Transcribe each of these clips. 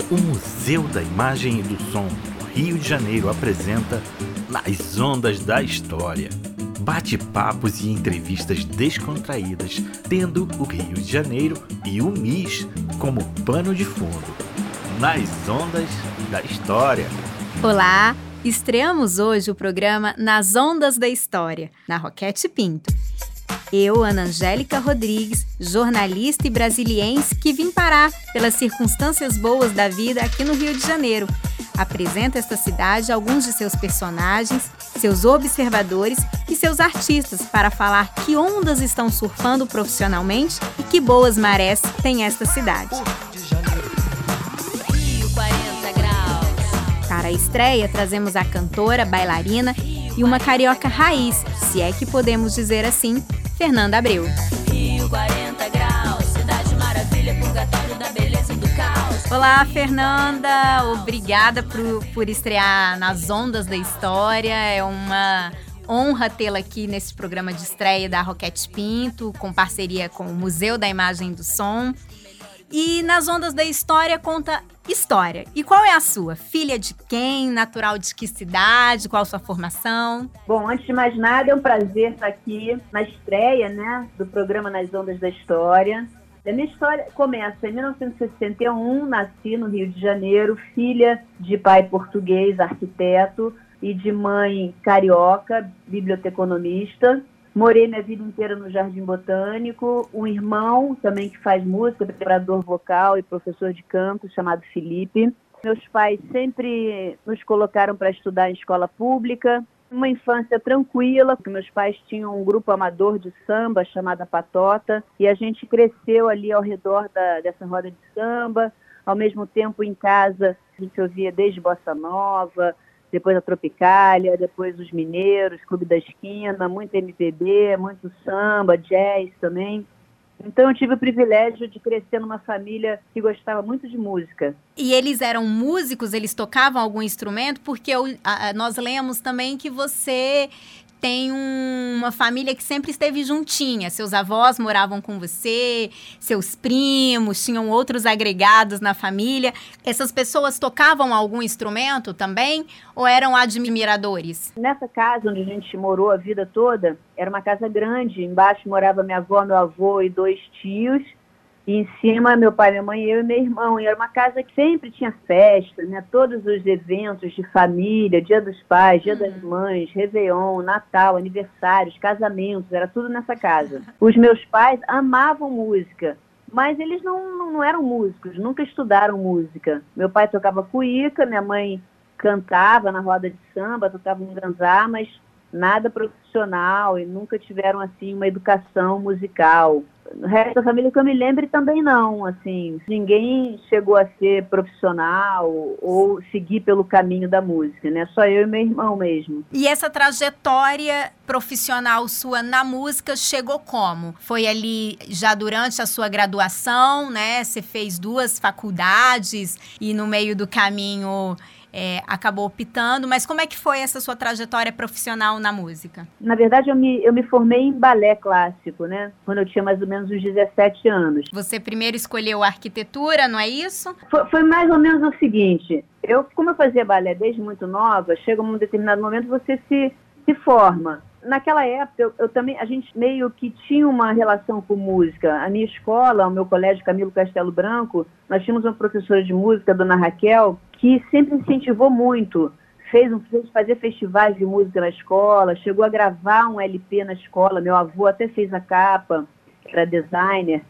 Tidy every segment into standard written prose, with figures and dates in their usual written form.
O Museu da Imagem e do Som do Rio de Janeiro apresenta Nas Ondas da História. Bate-papos e entrevistas descontraídas, tendo o Rio de Janeiro e o MIS como pano de fundo. Nas Ondas da História. Olá! Estreamos hoje o programa Nas Ondas da História, na Roquete Pinto. Eu, Ana Angélica Rodrigues, jornalista e brasiliense que vim parar pelas circunstâncias boas da vida aqui no Rio de Janeiro. Apresento esta cidade a alguns de seus personagens, seus observadores e seus artistas para falar que ondas estão surfando profissionalmente e que boas marés tem esta cidade. Para a estreia, trazemos a cantora, bailarina e uma carioca raiz, se é que podemos dizer assim, Fernanda Abreu. Rio, 40 graus, cidade maravilha, purgatório da beleza e do caos. Olá, Fernanda, obrigada por estrear nas Ondas da História. É uma honra tê-la aqui nesse programa de estreia da Roquete Pinto, com parceria com o Museu da Imagem e do Som. E nas Ondas da História conta história. E qual é a sua? Filha de quem? Natural de que cidade? Qual a sua formação? Bom, antes de mais nada, é um prazer estar aqui na estreia, do programa Nas Ondas da História. A minha história começa em 1961, nasci no Rio de Janeiro, filha de pai português, arquiteto, e de mãe carioca, biblioteconomista. Morei minha vida inteira no Jardim Botânico, um irmão também que faz música, preparador vocal e professor de canto, chamado Felipe. Meus pais sempre nos colocaram para estudar em escola pública. Uma infância tranquila, porque meus pais tinham um grupo amador de samba chamado Patota, e a gente cresceu ali ao redor dessa roda de samba. Ao mesmo tempo, em casa, a gente ouvia desde Bossa Nova, depois a Tropicália, depois os Mineiros, Clube da Esquina, muito MPB, muito samba, jazz também. Então eu tive o privilégio de crescer numa família que gostava muito de música. E eles eram músicos? Eles tocavam algum instrumento? Porque nós lemos também que você tem uma família que sempre esteve juntinha. Seus avós moravam com você, seus primos, tinham outros agregados na família. Essas pessoas tocavam algum instrumento também ou eram admiradores? Nessa casa onde a gente morou a vida toda, era uma casa grande. Embaixo morava minha avó, meu avô e 2 tios. E em cima, meu pai, minha mãe, eu e meu irmão. E era uma casa que sempre tinha festa, todos os eventos de família, Dia dos Pais, Dia das Mães, Réveillon, Natal, aniversários, casamentos, era tudo nessa casa. Os meus pais amavam música, mas eles não eram músicos, nunca estudaram música. Meu pai tocava cuíca, minha mãe cantava na roda de samba, tocava um ganzá, mas nada profissional e nunca tiveram, assim, uma educação musical. O resto da família que eu me lembre também não, assim, ninguém chegou a ser profissional ou seguir pelo caminho da música, Só eu e meu irmão mesmo. E essa trajetória profissional sua na música chegou como? Foi ali já durante a sua graduação, Você fez 2 faculdades e no meio do caminho acabou optando, mas como é que foi essa sua trajetória profissional na música? Na verdade, eu me formei em balé clássico, quando eu tinha mais ou menos uns 17 anos. Você primeiro escolheu a arquitetura, não é isso? Foi mais ou menos o seguinte, como eu fazia balé desde muito nova, chega um determinado momento você se forma. Naquela época, a gente meio que tinha uma relação com música. A minha escola, o meu colégio Camilo Castelo Branco, nós tínhamos uma professora de música, a dona Raquel, que sempre incentivou muito. Fez fazer festivais de música na escola, chegou a gravar um LP na escola, meu avô até fez a capa, era designer.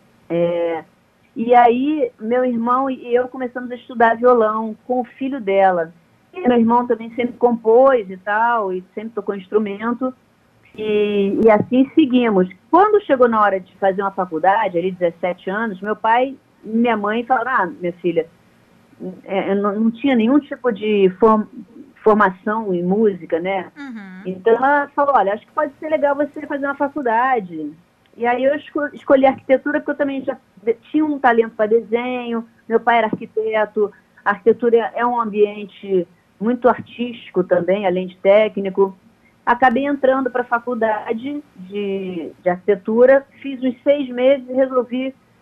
E aí, meu irmão e eu começamos a estudar violão com o filho dela. E meu irmão também sempre compôs e tal, e sempre tocou instrumento, e assim seguimos. Quando chegou na hora de fazer uma faculdade, ali 17 anos, meu pai e minha mãe falaram, minha filha, eu não tinha nenhum tipo de formação em música, Então ela falou, olha, acho que pode ser legal você fazer uma faculdade. E aí eu escolhi arquitetura porque eu também já tinha um talento para desenho, meu pai era arquiteto, a arquitetura é um ambiente muito artístico também, além de técnico. Acabei entrando para a faculdade de arquitetura, fiz uns 6 meses e resolvi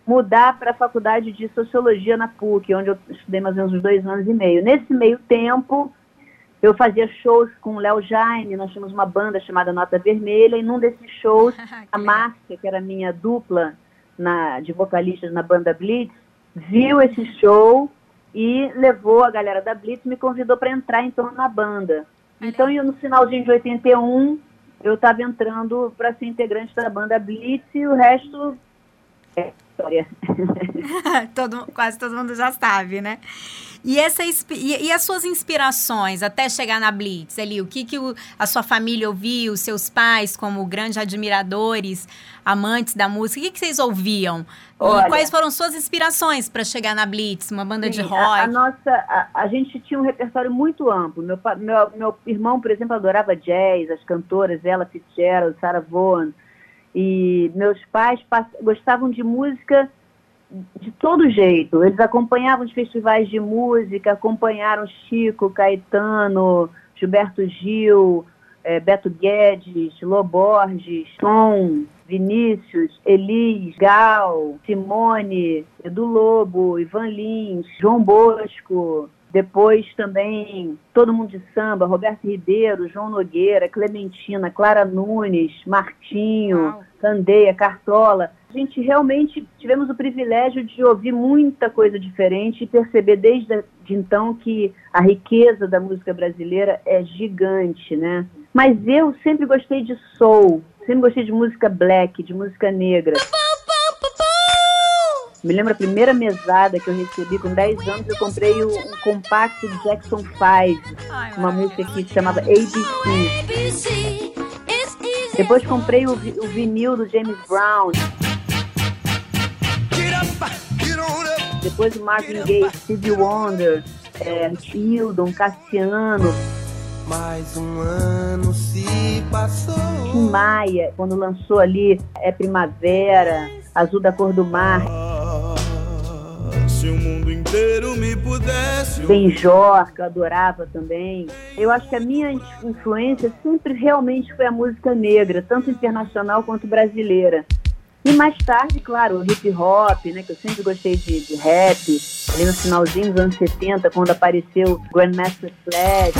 mudar para a faculdade de Sociologia na PUC, onde eu estudei mais ou menos uns 2 anos e meio. Nesse meio tempo, eu fazia shows com o Léo Jaime, nós tínhamos uma banda chamada Nota Vermelha, e num desses shows, a Márcia, que era minha dupla de vocalistas na banda Blitz, viu esse show e levou a galera da Blitz, me convidou para entrar então na banda. Então, no finalzinho de 81, eu estava entrando para ser integrante da banda Blitz, e o resto é história. Quase todo mundo já sabe, né? E as suas inspirações até chegar na Blitz, ali, o que a sua família ouviu, seus pais como grandes admiradores, amantes da música, o que vocês ouviam? Olha, e quais foram suas inspirações para chegar na Blitz, uma banda de rock? A gente tinha um repertório muito amplo. Meu irmão, por exemplo, adorava jazz, as cantoras Ella Fitzgerald, Sarah Vaughan, e meus pais gostavam de música de todo jeito. Eles acompanhavam os festivais de música, acompanharam Chico, Caetano, Gilberto Gil, Beto Guedes, Lô Borges, Tom, Vinícius, Elis, Gal, Simone, Edu Lobo, Ivan Lins, João Bosco. Depois também Todo Mundo de Samba, Roberto Ribeiro, João Nogueira, Clementina, Clara Nunes, Martinho, Candeia, Cartola. A gente realmente tivemos o privilégio de ouvir muita coisa diferente e perceber desde então que a riqueza da música brasileira é gigante, né? Mas eu sempre gostei de soul, sempre gostei de música black, de música negra. Me lembro a primeira mesada que eu recebi com 10 anos, eu comprei um compacto de Jackson 5, uma música que se chamava ABC. Depois comprei o vinil do James Brown. Depois o Marvin Gaye, Stevie Wonder, Hildon, Cassiano. Mais um ano se passou. Tim Maia, quando lançou ali Primavera, Azul da Cor do Mar. Se o mundo inteiro me pudesse. Benjor, que eu adorava também. Eu acho que a minha influência sempre realmente foi a música negra, tanto internacional quanto brasileira. E mais tarde, claro, o hip hop, né, que eu sempre gostei de rap, ali no finalzinho dos anos 70, quando apareceu Grandmaster Flash.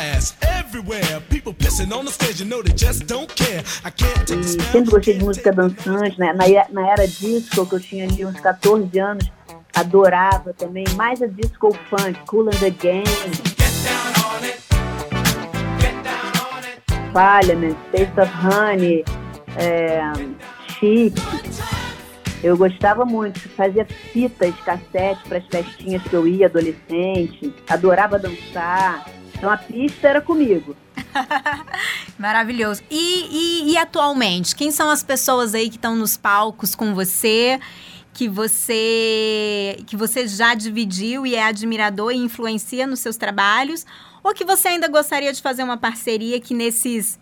E sempre gostei de música dançante, né? Na era disco, que eu tinha ali uns 14 anos, adorava também, mais a disco funk, Kool and the Gang, Parliament, Taste of Honey, Chic. Eu gostava muito, fazia fitas, cassete para as festinhas que eu ia, adolescente, adorava dançar, então a pista era comigo. Maravilhoso. E atualmente, quem são as pessoas aí que estão nos palcos com você, que você já dividiu e é admirador e influencia nos seus trabalhos, ou que você ainda gostaria de fazer uma parceria que nesses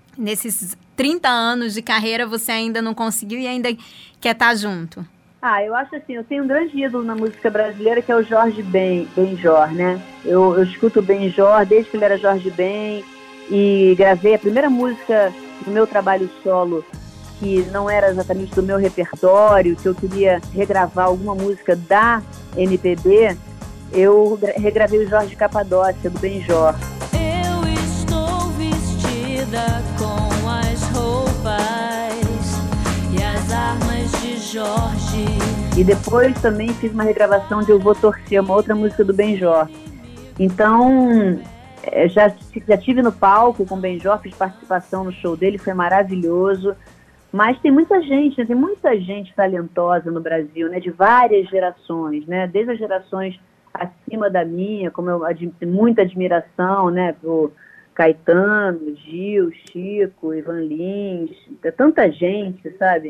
30 anos de carreira você ainda não conseguiu e ainda quer estar junto? Eu acho assim, eu tenho um grande ídolo na música brasileira, que é o Jorge Benjor, né? Eu escuto o Benjor desde que ele era Jorge Ben, e gravei a primeira música do meu trabalho solo, que não era exatamente do meu repertório, que eu queria regravar alguma música da MPB, eu regravei o Jorge Capadócia, do Benjor. Eu estou vestida com as roupas e as armas de Jorge. E depois também fiz uma regravação de Eu Vou Torcer, uma outra música do Benjor. Então, já estive no palco com o Benjor, fiz participação no show dele, foi maravilhoso. Mas tem muita gente, né? Tem muita gente talentosa no Brasil, né? De várias gerações, né? Desde as gerações acima da minha, como eu tenho muita admiração, né? Por Caetano, Gil, Chico, Ivan Lins, tanta gente, sabe?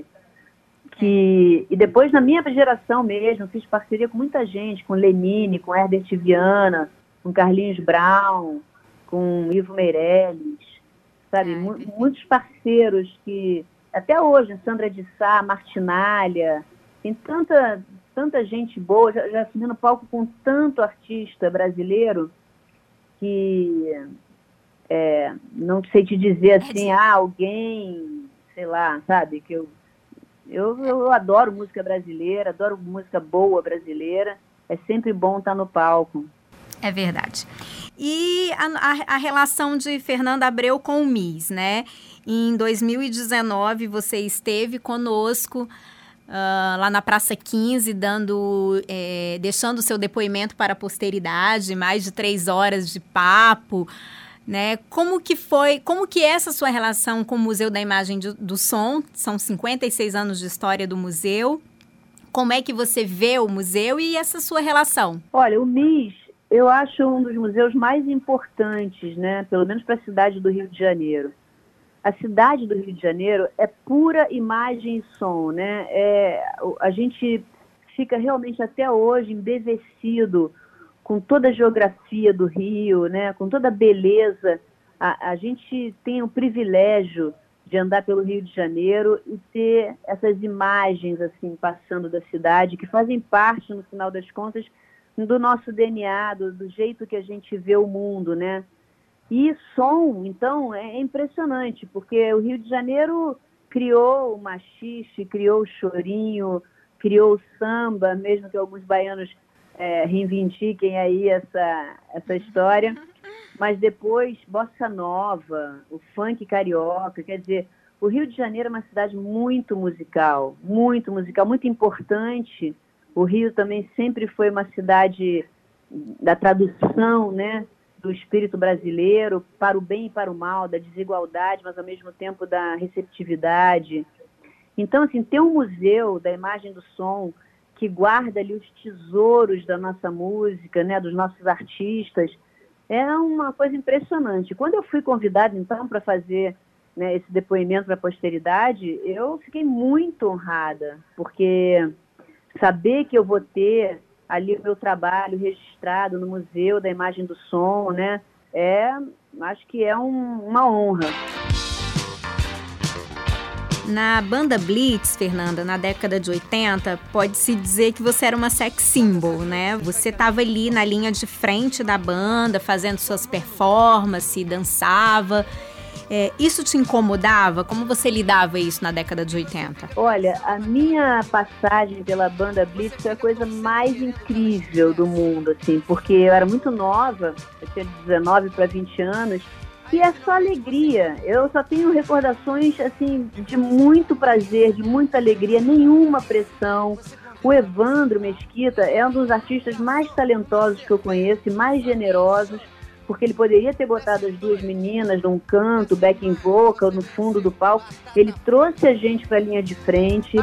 E depois, na minha geração mesmo, fiz parceria com muita gente, com Lenine, com Herbert Viana, com Carlinhos Brown, com Ivo Meirelles, sabe? Muitos parceiros que... Até hoje, Sandra de Sá, Martinalha, tem tanta gente boa, já subi no palco com tanto artista brasileiro que não sei te dizer assim, alguém, sei lá, sabe, que eu Eu adoro música brasileira, adoro música boa brasileira. É sempre bom estar no palco. É verdade. E a relação de Fernanda Abreu com o MIS, né? Em 2019, você esteve conosco lá na Praça 15, deixando seu depoimento para a posteridade, mais de 3 horas de papo, né? Como que é essa sua relação com o Museu da Imagem do Som? São 56 anos de história do museu. Como é que você vê o museu e essa sua relação? Olha, o MIS, eu acho um dos museus mais importantes, né? Pelo menos para a cidade do Rio de Janeiro. A cidade do Rio de Janeiro é pura imagem e som, né? A gente fica realmente até hoje embevecido com toda a geografia do Rio, né? Com toda a beleza. A gente tem o privilégio de andar pelo Rio de Janeiro e ter essas imagens assim passando da cidade, que fazem parte, no final das contas, do nosso DNA, do jeito que a gente vê o mundo, né? E som, então, é impressionante, porque o Rio de Janeiro criou o machixe, criou o chorinho, criou o samba, mesmo que alguns baianos reivindiquem aí essa história, mas depois bossa nova, o funk carioca, quer dizer, o Rio de Janeiro é uma cidade muito musical, muito importante. O Rio também sempre foi uma cidade da tradução, né, do espírito brasileiro, para o bem e para o mal, da desigualdade, mas ao mesmo tempo da receptividade. Então, assim, ter um museu da imagem do som que guarda ali os tesouros da nossa música, né, dos nossos artistas, é uma coisa impressionante. Quando eu fui convidada, então, para fazer, né, esse depoimento para a posteridade, eu fiquei muito honrada, porque saber que eu vou ter ali o meu trabalho registrado no Museu da Imagem do Som, né, acho que é uma honra. Na banda Blitz, Fernanda, na década de 80, pode-se dizer que você era uma sex symbol, né? Você estava ali na linha de frente da banda, fazendo suas performances, dançava. Isso te incomodava? Como você lidava isso na década de 80? Olha, a minha passagem pela banda Blitz foi a coisa mais incrível do mundo, assim, porque eu era muito nova, eu tinha 19 para 20 anos, e é só alegria. Eu só tenho recordações, assim, de muito prazer, de muita alegria, nenhuma pressão. O Evandro Mesquita é um dos artistas mais talentosos que eu conheço e mais generosos, porque ele poderia ter botado as duas meninas num canto, backing vocal, no fundo do palco. Ele trouxe a gente para a linha de frente.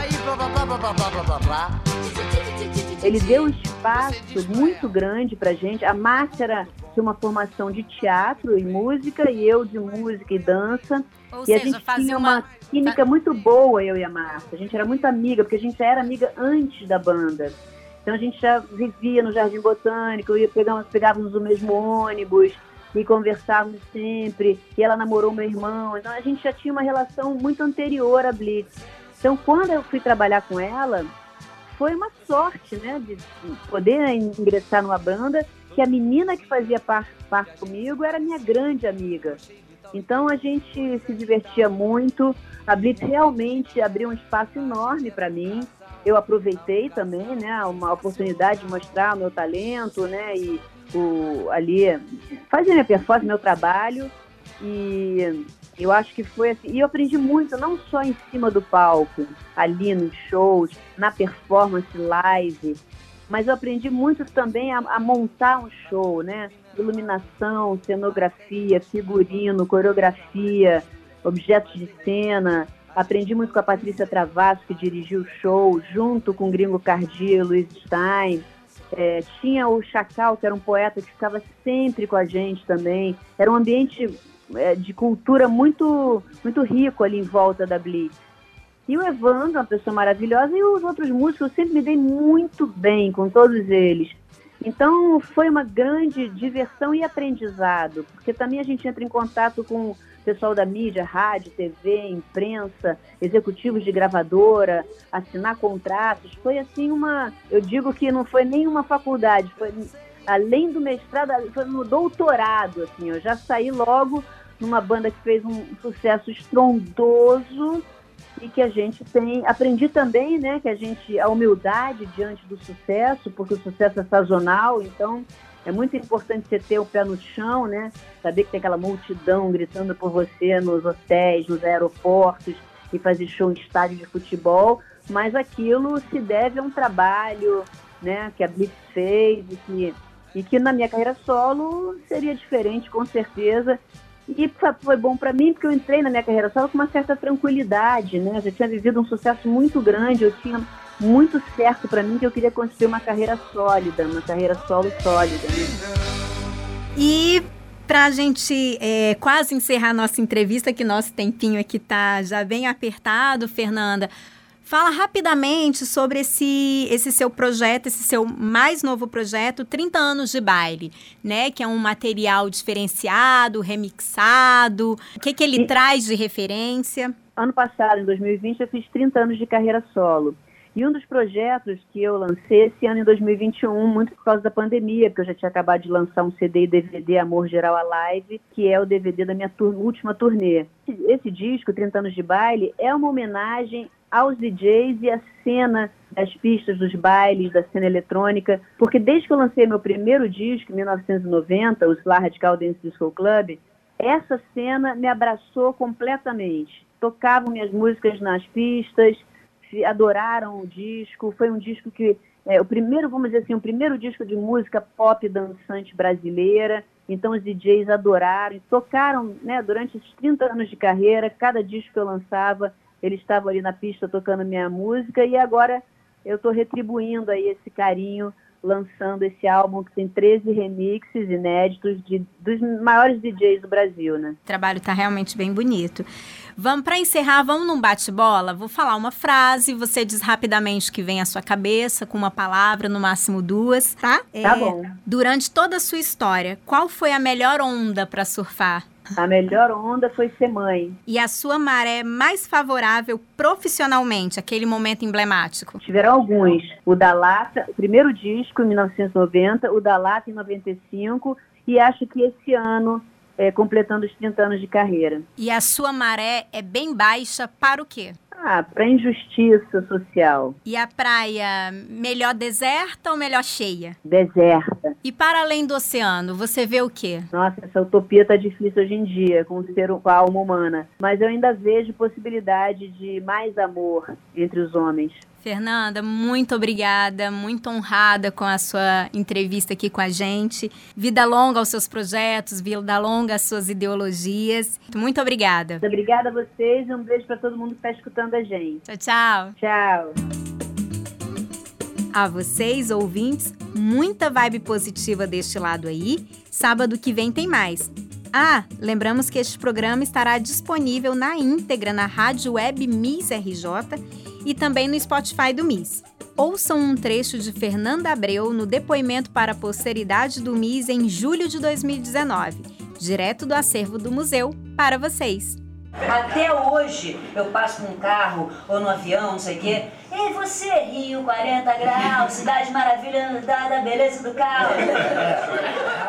Ele deu um espaço muito grande pra gente. A Márcia tinha uma formação de teatro e música, e eu de música e dança. Ou e seja, a gente tinha uma química muito boa, eu e a Márcia. A gente era muito amiga, porque a gente já era amiga antes da banda. Então a gente já vivia no Jardim Botânico, pegávamos o mesmo ônibus e conversávamos sempre. E ela namorou meu irmão. Então a gente já tinha uma relação muito anterior à Blitz. Então quando eu fui trabalhar com ela, foi uma sorte, né, de poder ingressar numa banda que a menina que fazia parte comigo era minha grande amiga. Então a gente se divertia muito. A Blitz realmente abriu um espaço enorme para mim. Eu aproveitei também, né, uma oportunidade de mostrar o meu talento, né, e ali fazer minha performance, meu trabalho. E eu acho que foi assim. E eu aprendi muito, não só em cima do palco, ali nos shows, na performance live, mas eu aprendi muito também a montar um show, né? Iluminação, cenografia, figurino, coreografia, objetos de cena. Aprendi muito com a Patrícia Travasso, que dirigiu o show, junto com o Gringo Cardi e Luiz Stein. Tinha o Chacal, que era um poeta que ficava sempre com a gente também. Era um ambiente de cultura muito, muito rico ali em volta da Blitz. E o Evandro, uma pessoa maravilhosa, e os outros músicos, eu sempre me dei muito bem com todos eles. Então foi uma grande diversão e aprendizado, porque também a gente entra em contato com o pessoal da mídia, rádio, TV, imprensa, executivos de gravadora, assinar contratos. Foi assim eu digo que não foi nenhuma faculdade, foi além do mestrado, foi no doutorado, assim. Eu já saí logo numa banda que fez um sucesso estrondoso, e que a gente aprendi também, né, que a humildade diante do sucesso, porque o sucesso é sazonal, então é muito importante você ter o pé no chão, né, saber que tem aquela multidão gritando por você nos hotéis, nos aeroportos, e fazer show em estádio de futebol, mas aquilo se deve a um trabalho, né, que a Blitz fez e que na minha carreira solo seria diferente, com certeza. E foi bom para mim, porque eu entrei na minha carreira solo com uma certa tranquilidade, né? Eu já tinha vivido um sucesso muito grande, eu tinha muito certo para mim que eu queria construir uma carreira sólida, uma carreira solo sólida, né? E para a gente quase encerrar a nossa entrevista, que nosso tempinho aqui tá já bem apertado, Fernanda, fala rapidamente sobre esse seu projeto, esse seu mais novo projeto, 30 anos de baile, né? Que é um material diferenciado, remixado. O que ele traz de referência? Ano passado, em 2020, eu fiz 30 anos de carreira solo. E um dos projetos que eu lancei esse ano, em 2021, muito por causa da pandemia, porque eu já tinha acabado de lançar um CD e DVD Amor Geral Alive, que é o DVD da minha última turnê. Esse disco, 30 anos de baile, é uma homenagem aos DJs e à cena das pistas, dos bailes, da cena eletrônica, porque desde que eu lancei meu primeiro disco, em 1990, o Slar Radical Dance Disco Club, essa cena me abraçou completamente. Tocavam minhas músicas nas pistas, adoraram o disco, foi um disco que, o primeiro, vamos dizer assim, o primeiro disco de música pop dançante brasileira, então os DJs adoraram, tocaram, né, durante esses 30 anos de carreira, cada disco que eu lançava, eles estavam ali na pista tocando minha música, e agora eu estou retribuindo aí esse carinho, lançando esse álbum que tem 13 remixes inéditos dos maiores DJs do Brasil, né? O trabalho tá realmente bem bonito. Para encerrar, vamos num bate-bola? Vou falar uma frase, você diz rapidamente o que vem à sua cabeça, com uma palavra, no máximo 2, tá? Tá bom. Durante toda a sua história, qual foi a melhor onda para surfar? A melhor onda foi ser mãe. E a sua maré mais favorável profissionalmente, aquele momento emblemático? Tiveram alguns. O da Lata, o primeiro disco, em 1990, o da Lata, em 95, e acho que esse ano, completando os 30 anos de carreira. E a sua maré é bem baixa para o quê? Para injustiça social. E a praia, melhor deserta ou melhor cheia? Deserta. E para além do oceano, você vê o quê? Nossa, essa utopia tá difícil hoje em dia, com a alma humana. Mas eu ainda vejo possibilidade de mais amor entre os homens. Fernanda, muito obrigada, muito honrada com a sua entrevista aqui com a gente. Vida longa aos seus projetos, vida longa às suas ideologias. Muito obrigada. Muito obrigada a vocês e um beijo para todo mundo que está escutando a gente. Tchau, tchau. Tchau. A vocês, ouvintes, muita vibe positiva deste lado aí. Sábado que vem tem mais. Lembramos que este programa estará disponível na íntegra na rádio web Miss RJ e também no Spotify do Miss. Ouçam um trecho de Fernanda Abreu no depoimento para a posteridade do Miss em julho de 2019, direto do acervo do museu, para vocês. Até hoje eu passo num carro ou no avião, não sei o quê. Ei, você, Rio, 40 graus, cidade maravilha da beleza do carro.